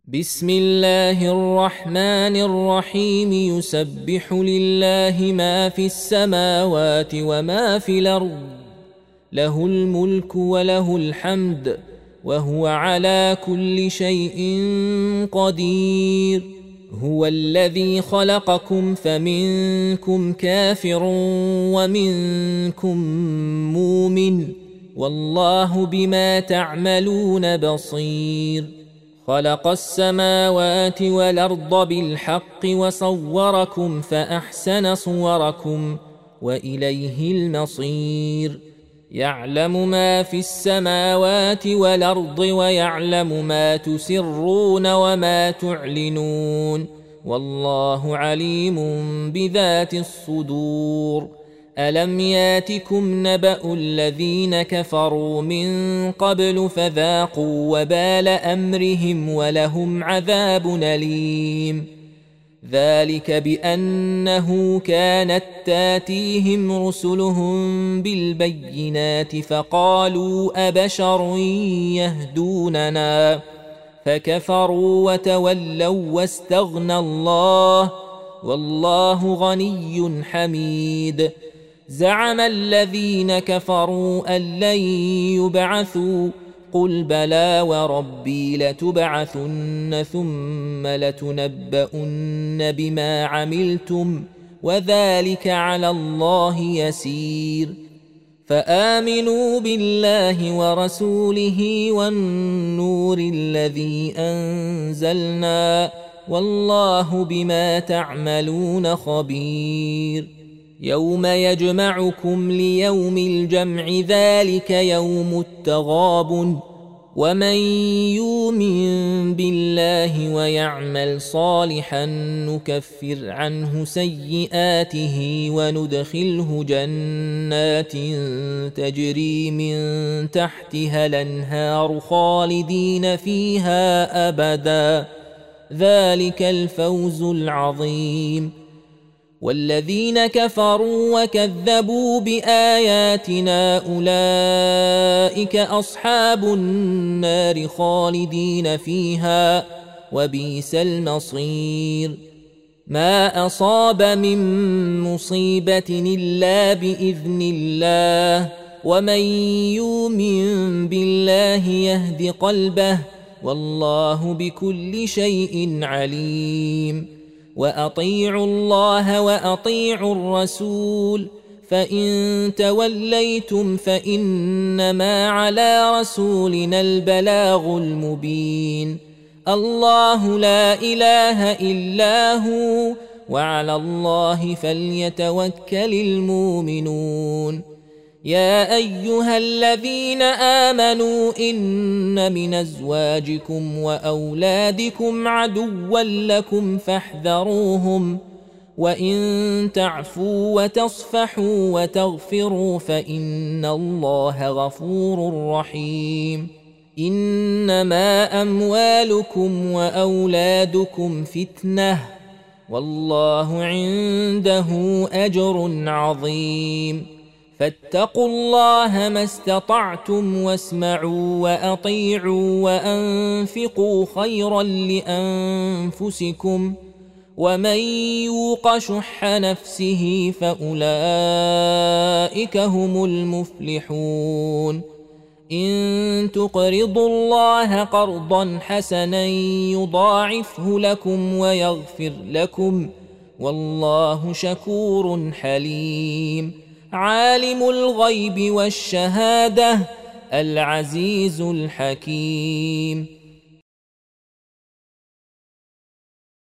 بسم الله الرحمن الرحيم. يسبح لله ما في السماوات وما في الأرض، له الملك وله الحمد، وهو على كل شيء قدير. هو الذي خلقكم فمنكم كافر ومنكم مؤمن، والله بما تعملون بصير. خلق السماوات والأرض بالحق وصوركم فأحسن صوركم وإليه المصير. يعلم ما في السماوات والأرض ويعلم ما تسرون وما تعلنون، والله عليم بذات الصدور. ألم ياتكم نبأ الذين كفروا من قبل فذاقوا وبال أمرهم ولهم عذاب أليم. ذلك بأنه كانت تاتيهم رسلهم بالبينات فقالوا أبشر يهدوننا، فكفروا وتولوا واستغنى الله، والله غني حميد. زعم الذين كفروا أن لن يبعثوا، قل بلى وربي لتبعثن ثم لتنبؤن بما عملتم، وذلك على الله يسير. فآمنوا بالله ورسوله والنور الذي أنزلنا، والله بما تعملون خبير. يوم يجمعكم ليوم الجمع، ذلك يوم التغابن. ومن يؤمن بالله ويعمل صالحا نكفر عنه سيئاته وندخله جنات تجري من تحتها الأنهار خالدين فيها أبدا، ذلك الفوز العظيم. والذين كفروا وكذبوا بآياتنا أولئك أصحاب النار خالدين فيها، وبئس المصير. ما أصاب من مصيبة إلا بإذن الله، ومن يؤمن بالله يهد قلبه، والله بكل شيء عليم. وأطيعوا الله وأطيعوا الرسول، فإن توليتم فإنما على رسولنا البلاغ المبين. الله لا إله إلا هو، وعلى الله فليتوكل المؤمنون. يا أيها الذين آمنوا إن من أزواجكم وأولادكم عدوا لكم فاحذروهم، وإن تعفوا وتصفحوا وتغفروا فإن الله غفور رحيم. إنما أموالكم وأولادكم فتنة، والله عنده أجر عظيم. فاتقوا الله ما استطعتم، واسمعوا وأطيعوا وأنفقوا خيرا لأنفسكم، ومن يوق شح نفسه فأولئك هم المفلحون. إن تقرضوا الله قرضا حسنا يضاعفه لكم ويغفر لكم، والله شكور حليم. عالم الغيب والشهادة العزيز الحكيم.